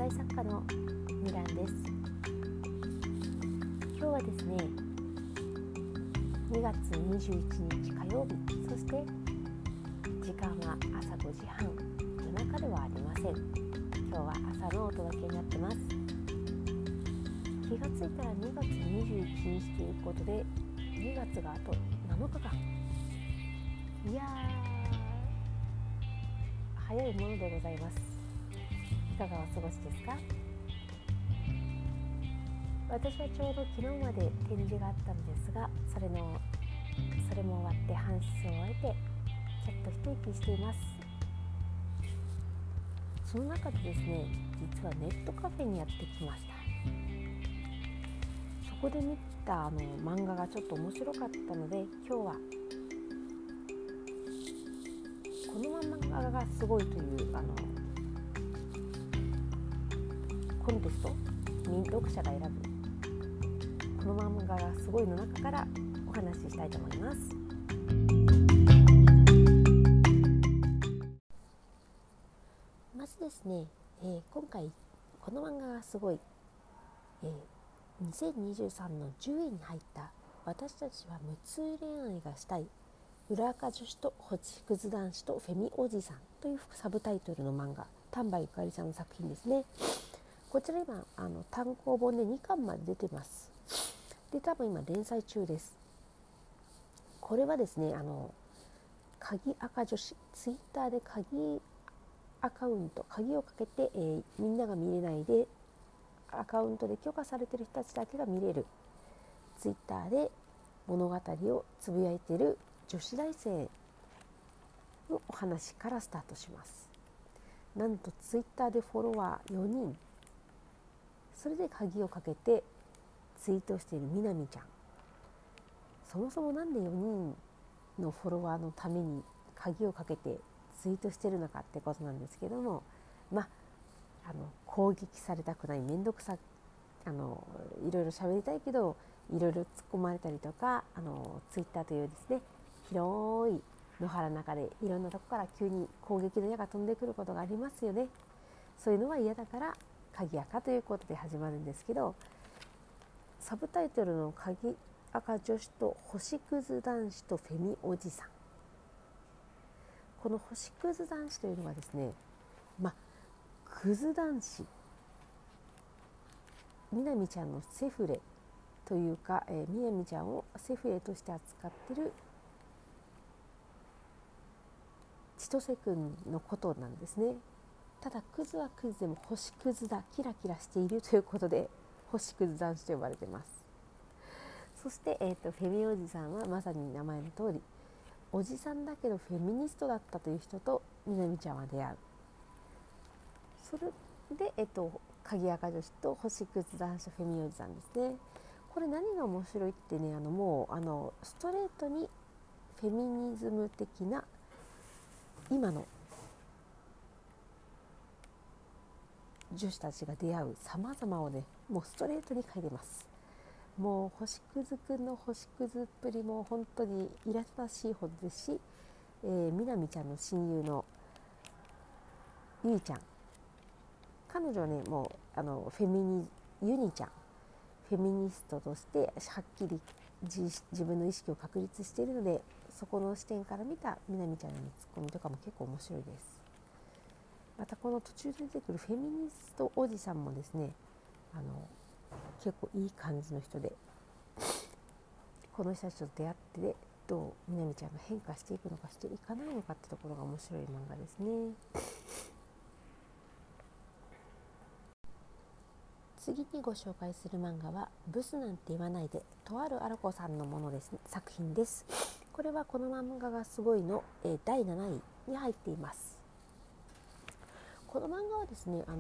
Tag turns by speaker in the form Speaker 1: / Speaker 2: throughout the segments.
Speaker 1: 才作家のミランです。今日はですね、2月21日火曜日、そして時間は朝5時半、夜中ではありません。今日は朝のお届けになってます。気がついたら2月21日ということで、2月があと7日間。いやー、早いものでございます。いかがお過ごしですか？私はちょうど昨日まで展示があったんですが、それも終わって搬出を終えてちょっと一息しています。その中でですね、実はネットカフェにやってきました。そこで見た漫画がちょっと面白かったので、今日はこの漫画がすごいというコンテストに読者が選ぶこの漫画がすごいの中からお話ししたいと思います。まずですね、今回この漫画がすごい、2023の10位に入った私たちは無痛恋愛がしたい裏垢女子と星屑男子とフェミおじさんというサブタイトルの漫画、丹波ゆかりさんの作品ですね。こちら今単行本で2巻まで出てます。で、多分今連載中です。これはですね、鍵垢女子、ツイッターで鍵アカウント、鍵をかけて、みんなが見れないでアカウントで許可されている人たちだけが見れるツイッターで物語をつぶやいている女子大生のお話からスタートします。なんとツイッターでフォロワー4人、それで鍵をかけてツイートしているみなみちゃん。そもそもなんで4人のフォロワーのために鍵をかけてツイートしてるのかってことなんですけども、攻撃されたくない、めんどくさいろいろ喋りたいけどいろいろ突っ込まれたりとか、ツイッターというですね、広い野原の中でいろんなとこから急に攻撃の矢が飛んでくることがありますよね。そういうのは嫌だから鍵垢ということで始まるんですけど、サブタイトルの鍵垢女子と星屑男子とフェミおじさん、この星屑男子というのはですね、クズ男子、みなみちゃんのセフレというか、みなみちゃんをセフレとして扱っている千歳くんのことなんですね。ただクズはクズでも星屑だ、キラキラしているということで星屑男子と呼ばれています。そして、フェミおじさんはまさに名前の通りおじさんだけどフェミニストだったという人とみなみちゃんは出会う。それで、鍵垢女子と星屑男子とフェミおじさんですね。これ何が面白いってね、もうストレートにフェミニズム的な今の女子たちが出会う様々をね、もうストレートに書いてます。もう星屑くんの星屑っぷりも本当にいらたしいほどですし、みなみちゃんの親友のゆいちゃん、彼女はね、もうユニちゃん、フェミニストとしてはっきり自分の意識を確立しているので、そこの視点から見たみなみちゃんのツッコミとかも結構面白いです。またこの途中で出てくるフェミニストおじさんもですね、結構いい感じの人で、この人たちと出会ってでどうみなみちゃんが変化していくのかしていかないのかってところが面白い漫画ですね。次にご紹介する漫画はブスなんて言わないで、とあるあらこさんのものです、ね、作品です。これはこの漫画がすごいの、第7位に入っています。この漫画はですね、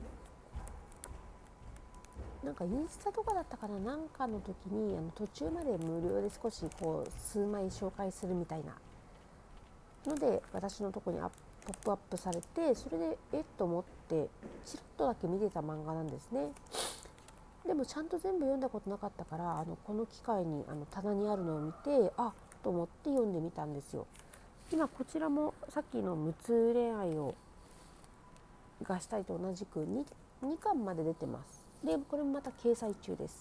Speaker 1: なんかインスタとかだったかな、なんかの時に途中まで無料で少し数枚紹介するみたいなので私のとこにポップアップされて、それでと思ってチラッとだけ見てた漫画なんですね。でもちゃんと全部読んだことなかったから、この機会に棚にあるのを見てと思って読んでみたんですよ。今こちらもさっきの無痛恋愛がしたいと同じく 2巻まで出てます。でこれもまた掲載中です。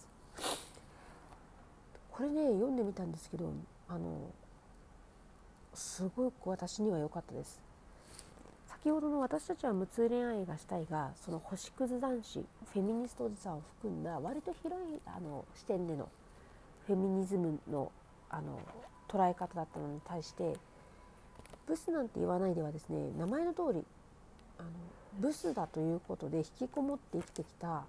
Speaker 1: これね読んでみたんですけどすごく私には良かったです。先ほどの私たちは無痛恋愛がしたいが、その星屑男子フェミニストおじさんを含んだ割と広い視点でのフェミニズムの捉え方だったのに対して、ブスなんて言わないではですね、名前の通りブスだということで引きこもって生きてきた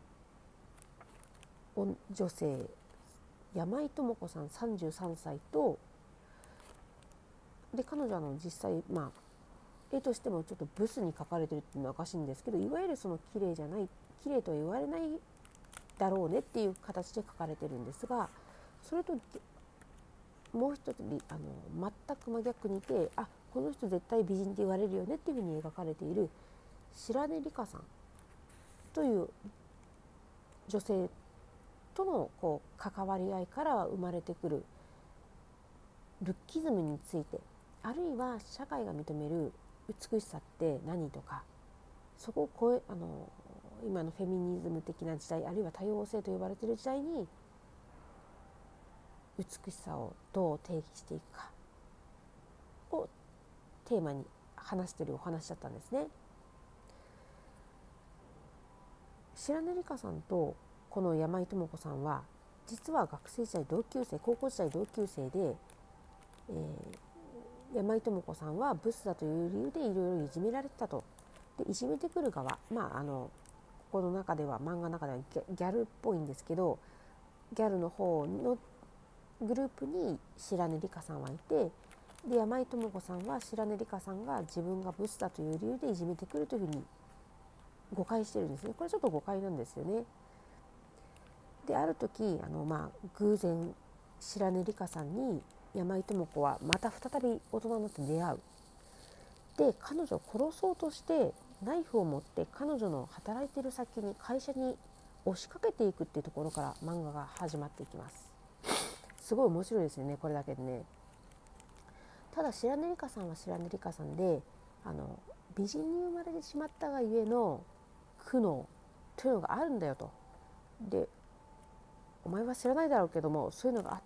Speaker 1: 女性山井智子さん33歳とで、彼女は実際絵としてもちょっとブスに描かれてるっていうのはおかしいんですけど、いわゆるその綺麗じゃない、綺麗とは言われないだろうねっていう形で描かれてるんですが、それともう一つ全く真逆にいて、この人絶対美人って言われるよねっていうふうに描かれている白根里香さんという女性との関わり合いから生まれてくるルッキズムについて、あるいは社会が認める美しさって何とか、そこを超え今のフェミニズム的な時代、あるいは多様性と呼ばれている時代に美しさをどう定義していくかをテーマに話しているお話だったんですね。白根里香さんとこの山井智子さんは実は学生時代同級生、高校時代同級生で、山井智子さんはブスだという理由でいろいろいじめられてたと。でいじめてくる側、ここの中では漫画の中ではギャルっぽいんですけど、ギャルの方のグループに白根里香さんはいて、で山井智子さんは白根里香さんが自分がブスだという理由でいじめてくるというふうに誤解してるんですね。これちょっと誤解なんですよね。である時偶然白根里香さんに山井智子はまた再び大人になって出会う。で彼女を殺そうとしてナイフを持って彼女の働いている先に会社に押しかけていくっていうところから漫画が始まっていきます。すごい面白いですよね、これだけでね。ただ白根里香さんは白根里香さんで美人に生まれてしまったがゆえの苦悩というのがあるんだよと。でお前は知らないだろうけども、そういうのがあって、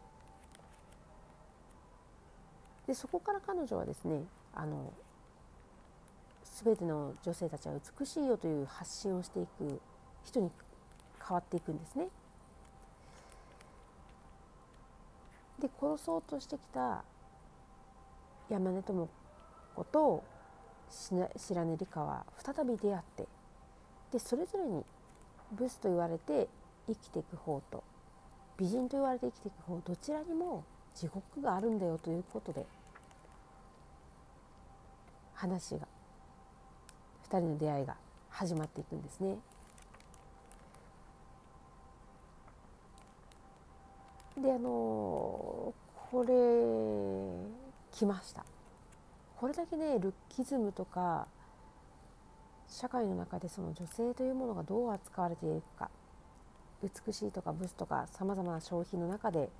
Speaker 1: でそこから彼女はですね全ての女性たちは美しいよという発信をしていく人に変わっていくんですね。で殺そうとしてきた山根智子と白根里香は再び出会って、でそれぞれにブスと言われて生きていく方と美人と言われて生きていく方、どちらにも地獄があるんだよということで話が2人の出会いが始まっていくんですね。でこれ来ました。これだけねルッキズムとか社会の中でその女性というものがどう扱われているか、美しいとかブスとかさまざまな商品の中で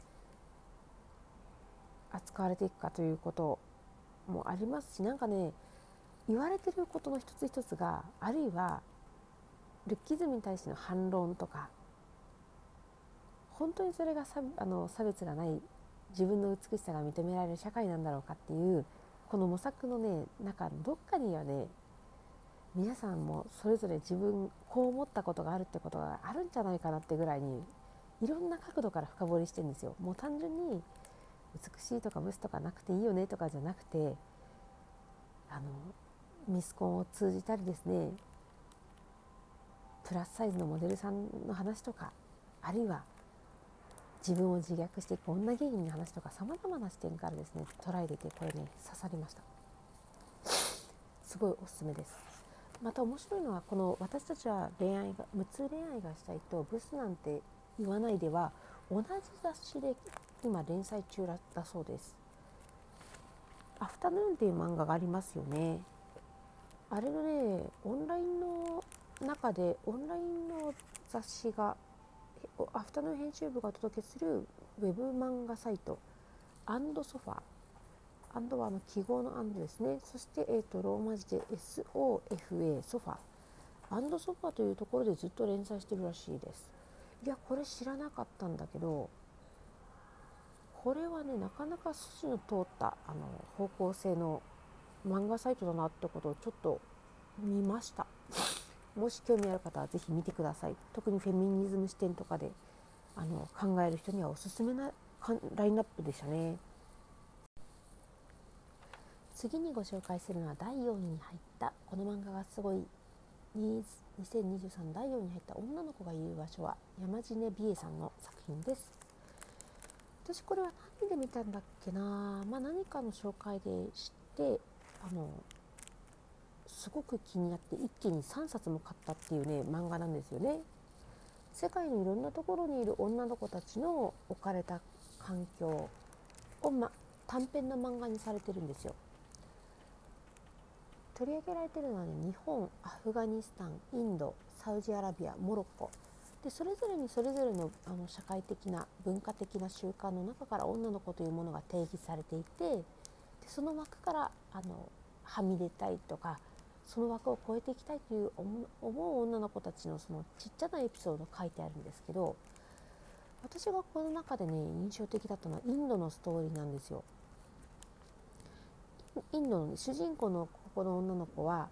Speaker 1: 扱われていくかということもありますし、言われていることの一つ一つが、あるいはルッキズムに対しての反論とか、本当にそれが差別がない自分の美しさが認められる社会なんだろうかっていうこの模索のね中のどっかにはね、皆さんもそれぞれ自分こう思ったことがあるってことがあるんじゃないかなってぐらいにいろんな角度から深掘りしてるんですよ。もう単純に美しいとかブスとかなくていいよねとかじゃなくて、ミスコンを通じたりですね、プラスサイズのモデルさんの話とか、あるいは自分を自虐していく女芸人の話とか、さまざまな視点からですね捉えていて、これね刺さりました。すごいおすすめです。また面白いのは、この私たちは無痛恋愛がしたいとブスなんて言わないでは同じ雑誌で今連載中だそうです。アフタヌーンっていう漫画がありますよね。あれのねオンラインの中でオンラインの雑誌がアフタヌーン編集部がお届けするウェブ漫画サイトアンドソファー、アンドは記号のアンドですね。そして、ローマ字で SOFA ソファアンドソファというところでずっと連載してるらしいです。いや、これ知らなかったんだけど、これはね、なかなか筋の通った方向性の漫画サイトだなってことをちょっと見ました。もし興味ある方はぜひ見てください。特にフェミニズム視点とかで考える人にはおすすめなラインナップでしたね。次にご紹介するのは第4位に入ったこの漫画がすごい2023第4位に入った女の子がいる場所は山地根美恵さんの作品です。私これは何で見たんだっけな、何かの紹介で知ってすごく気になって一気に3冊も買ったっていうね漫画なんですよね。世界のいろんなところにいる女の子たちの置かれた環境を、短編の漫画にされてるんですよ。取り上げられてるのはね、日本、アフガニスタン、インド、サウジアラビア、モロッコで、それぞれにそれぞれの社会的な文化的な習慣の中から女の子というものが定義されていて、でその枠からはみ出たいとか、その枠を超えていきたいという思う女の子たちのそのちっちゃなエピソードが書いてあるんですけど、私がこの中でね印象的だったのはインドのストーリーなんですよ。インドの、主人公のここの女の子は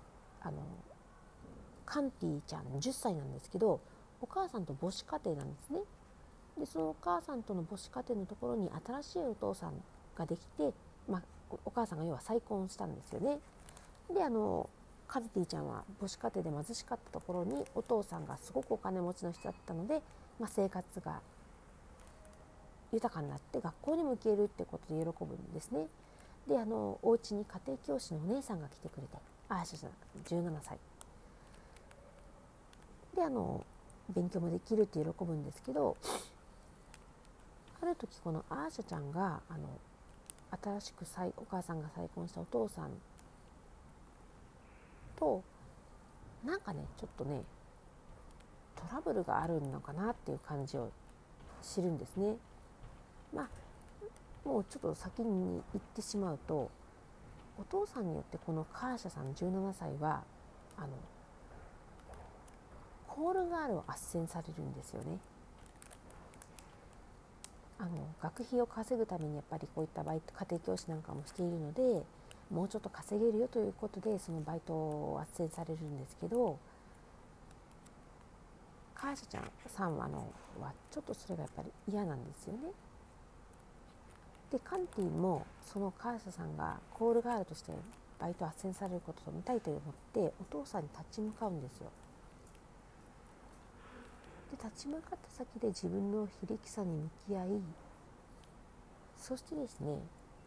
Speaker 1: カンティちゃん10歳なんですけど、お母さんと母子家庭なんですね。でそのお母さんとの母子家庭のところに新しいお父さんができて、お母さんが要は再婚したんですよね。でカルティちゃんは母子家庭で貧しかったところにお父さんがすごくお金持ちの人だったので、生活が豊かになって学校にも行けるってことで喜ぶんですね。でお家に家庭教師のお姉さんが来てくれて、17歳で勉強もできるって喜ぶんですけど、ある時このアーシャちゃんが新しくお母さんが再婚したお父さんとなんかねちょっとねトラブルがあるのかなっていう感じを知るんですね。もうちょっと先に言ってしまうと、お父さんによってこのカーシャさん17歳はコールガールを斡旋されるんですよね。学費を稼ぐためにやっぱりこういったバイト、家庭教師なんかもしているので、もうちょっと稼げるよということでそのバイトを斡旋されるんですけど、カーシャちゃんさんはちょっとそれがやっぱり嫌なんですよね。でカンティもそのカーシャさんがコールガールとしてバイト斡旋されることを見たいと思ってお父さんに立ち向かうんですよ。で立ち向かった先で自分の非力さに向き合い、そしてですね、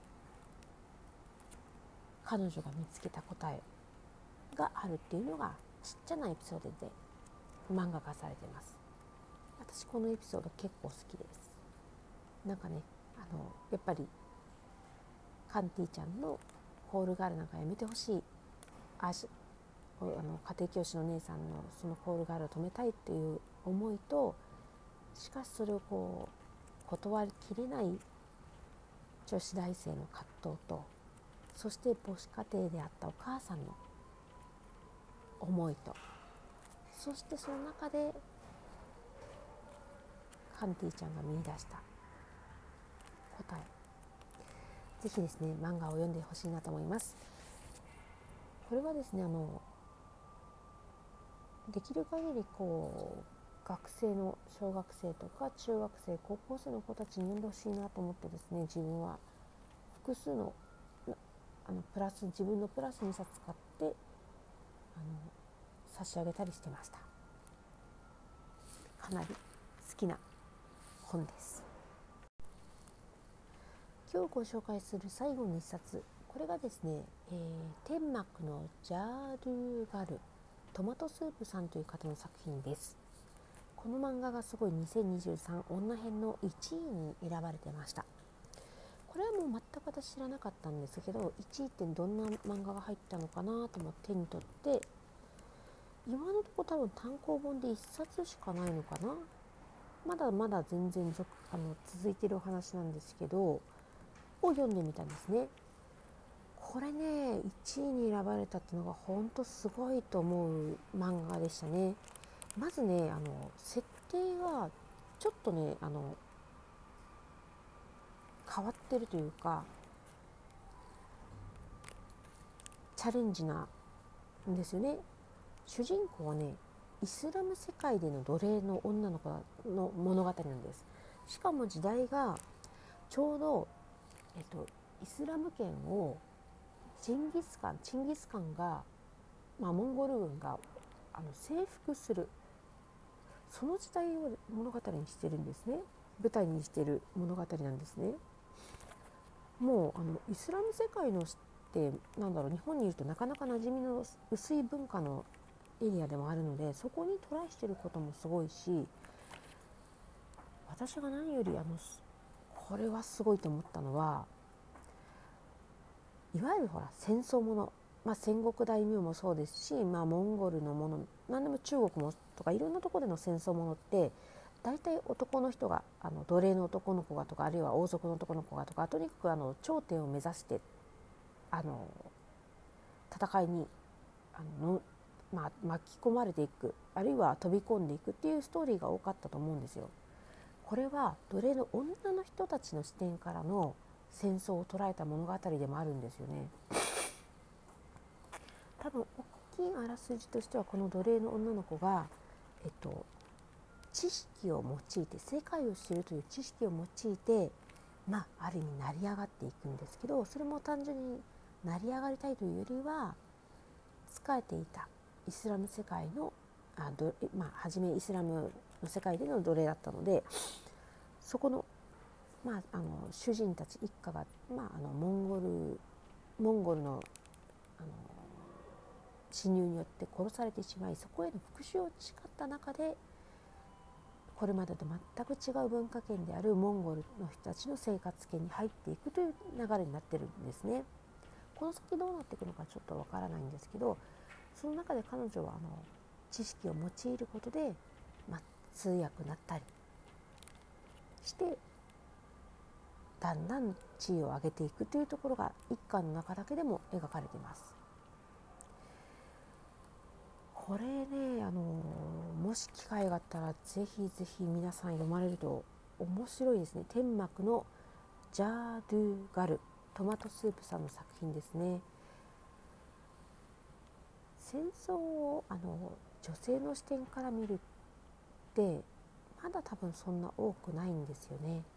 Speaker 1: 彼女が見つけた答えがあるっていうのがちっちゃなエピソードで漫画化されています。私このエピソード結構好きです。なんかねやっぱりカンティちゃんのコールガールなんかやめてほしい、家庭教師の姉さんのそのコールガールを止めたいっていう思いと、しかしそれを断りきれない女子大生の葛藤と、そして母子家庭であったお母さんの思いと、そしてその中でカンティちゃんが見出した答え、ぜひですね漫画を読んでほしいなと思います。これはですねできる限り学生の小学生とか中学生高校生の子たちに読んでほしいなと思ってですね、自分は複数の自分のプラス2冊買って差し上げたりしてました。かなり好きな本です。今日ご紹介する最後の一冊、これがですね、天幕のジャールーガルトマトスープさんという方の作品です。この漫画がすごい2023女編の1位に選ばれてました。これはもう全く私知らなかったんですけど、1位ってどんな漫画が入ったのかなと思って手に取って、今のところ多分単行本で1冊しかないのかな、まだまだ全然続いてるお話なんですけどを読んでみたんですね。 これね1位に選ばれたっていうのが本当すごいと思う漫画でしたね。まずね設定がちょっとね変わってるというかチャレンジなんですよね。主人公はねイスラム世界での奴隷の女の子の物語なんです。しかも時代がちょうど、イスラム圏をチンギスカンが、モンゴル軍が征服するその時代を物語にしてるんですね。舞台にしてる物語なんですね。もうイスラム世界のって日本にいるとなかなか馴染みの薄い文化のエリアでもあるので、そこにトライしてることもすごいし、私が何よりこれはすごいと思ったのは、いわゆる戦争もの、戦国大名もそうですし、モンゴルのもの、何でも中国もとかいろんなところでの戦争ものって大体男の人が奴隷の男の子がとか、あるいは王族の男の子がとか、とにかく頂点を目指して戦いに巻き込まれていく、あるいは飛び込んでいくっていうストーリーが多かったと思うんですよ。これは奴隷の女の人たちの視点からの戦争を捉えた物語でもあるんですよね。多分大きいあらすじとしては、この奴隷の女の子が、知識を用いて、世界を知るという知識を用いて、ある意味成り上がっていくんですけど、それも単純に成り上がりたいというよりは、仕えていたイスラム世界の初めイスラムの世界での奴隷だったので、そこの、主人たち一家が、モンゴルの、侵入によって殺されてしまい、そこへの復讐を誓った中で、これまでと全く違う文化圏であるモンゴルの人たちの生活圏に入っていくという流れになってるんですね。この先どうなっていくのかちょっとわからないんですけど、その中で彼女は知識を用いることで、通訳になったりしてだんだん地位を上げていくというところが一巻の中だけでも描かれています。これねもし機会があったらぜひぜひ皆さん読まれると面白いですね。天幕のジャードゥガル、トマトスープさんの作品ですね。戦争を女性の視点から見るってまだ多分そんな多くないんですよね。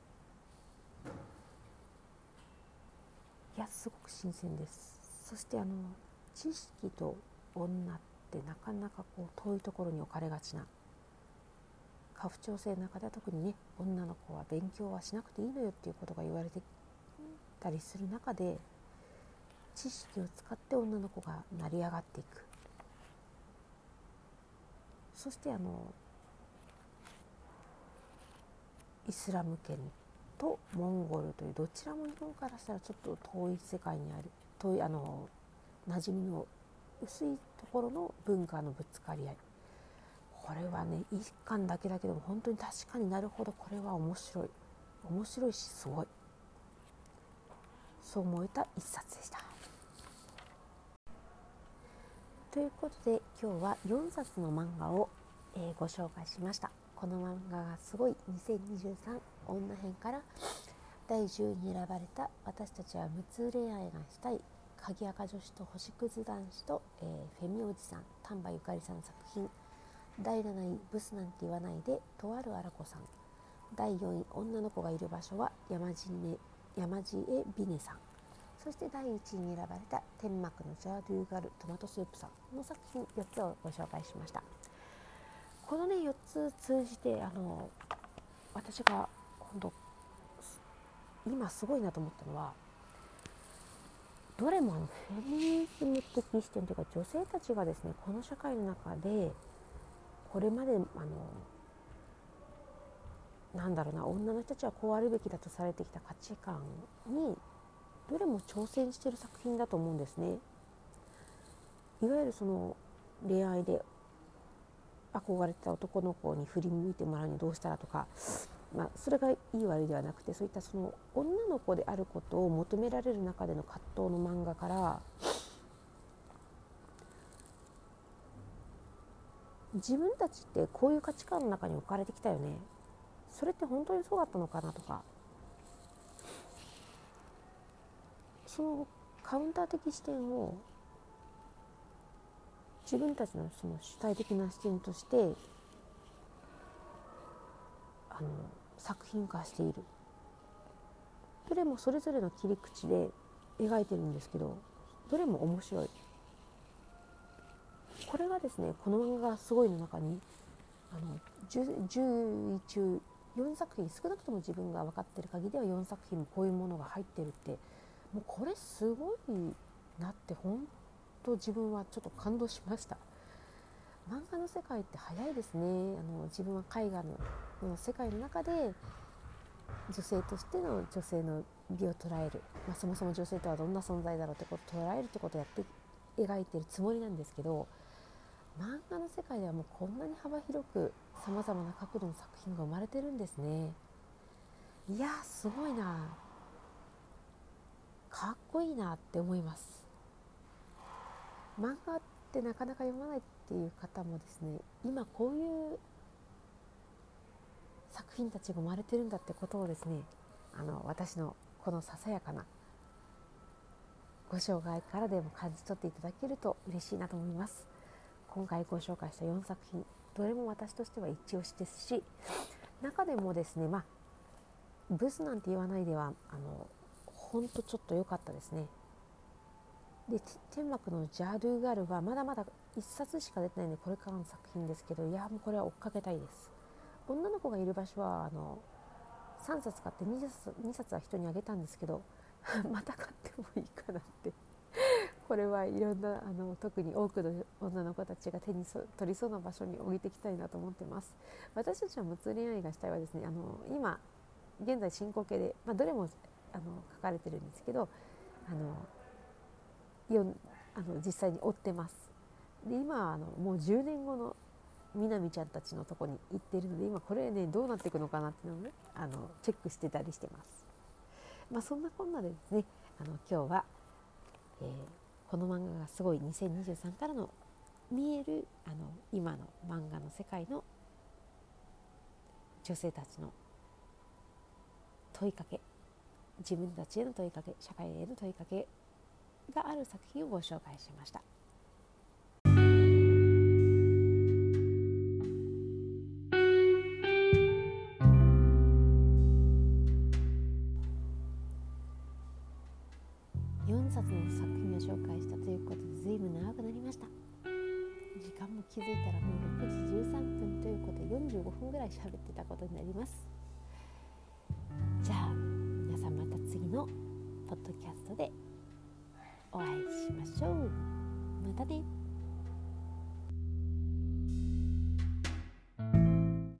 Speaker 1: いやすごく新鮮です。そして知識と女ってなかなか遠いところに置かれがちな、家父長制の中では特にね、女の子は勉強はしなくていいのよっていうことが言われてたりする中で、知識を使って女の子が成り上がっていく。そしてイスラム圏とモンゴルというどちらも日本からしたらちょっと遠い世界にある、遠い馴染みの薄いところの文化のぶつかり合い。これはね一巻だけだけども本当に確かになるほどこれは面白いしすごい、そう思えた一冊でした。ということで今日は4冊の漫画を、ご紹介しました。この漫画がすごい2023女編から第10位に選ばれた私たちは無痛恋愛がしたい鍵垢女子と星屑男子と、フェミおじさん丹波ゆかりさんの作品、第7位ブスなんて言わないでとあるあらこさん、第4位女の子がいる場所は山地江美音さん、そして第1位に選ばれた天幕のジャードゥーガルトマトスープさんの作品4つをご紹介しました。このね4つ通じて私が今度今すごいなと思ったのは、どれもフェミニズム的視点というか、女性たちがですねこの社会の中でこれまで女の人たちはこうあるべきだとされてきた価値観にどれも挑戦している作品だと思うんですね。いわゆるその恋愛で憧れてた男の子に振り向いてもらうにはどうしたらとか、 それがいい悪いではなくて、そういったその女の子であることを求められる中での葛藤の漫画から、自分たちってこういう価値観の中に置かれてきたよね、それって本当にそうだったのかなとか、そのカウンター的視点を自分たちのその主体的な視点として作品化している。どれもそれぞれの切り口で描いてるんですけど、どれも面白い。これがですね、この漫画がすごいの中に10位中4作品、少なくとも自分が分かってる限りでは4作品もこういうものが入ってるって、もうこれすごいなって本当自分はちょっと感動しました。漫画の世界って早いですね。自分は絵画の世界の中で女性としての女性の美を捉える、そもそも女性とはどんな存在だろうってことを捉えるってことをやって描いてるつもりなんですけど、漫画の世界ではもうこんなに幅広くさまざまな角度の作品が生まれてるんですね。いやーすごいな、かっこいいなって思います。漫画ってなかなか読まないっていう方もですね、今こういう作品たちが生まれてるんだってことをですね、私のこのささやかなご紹介からでも感じ取っていただけると嬉しいなと思います。今回ご紹介した4作品、どれも私としては一押しですし、中でもですね、ブスなんて言わないではほんとちょっと良かったですね。で天幕のジャドゥーガルはまだまだ1冊しか出てないので、これからの作品ですけど、いやもうこれは追っかけたいです。女の子がいる場所は3冊買って2冊は人にあげたんですけどまた買ってもいいかなってこれはいろんな特に多くの女の子たちが手に取りそうな場所に置いていきたいなと思ってます。私たちは無痛恋愛がしたいはですね、今現在進行形で、どれも書かれてるんですけど、実際に追ってます。で今はもう10年後のみなみちゃんたちのとこに行っているので、今これねどうなっていくのかなっていうのをねチェックしてたりしてます。そんなこんなでですね、今日は、この漫画がすごい2023からの見える今の漫画の世界の女性たちの問いかけ、自分たちへの問いかけ、社会への問いかけがある作品をご紹介しました。4冊の作品を紹介したということで随分長くなりました。時間も気づいたらもう6時13分ということで45分ぐらい喋ってたことになります。じゃあ皆さんまた次のポッドキャストでお会いしましょう。またね。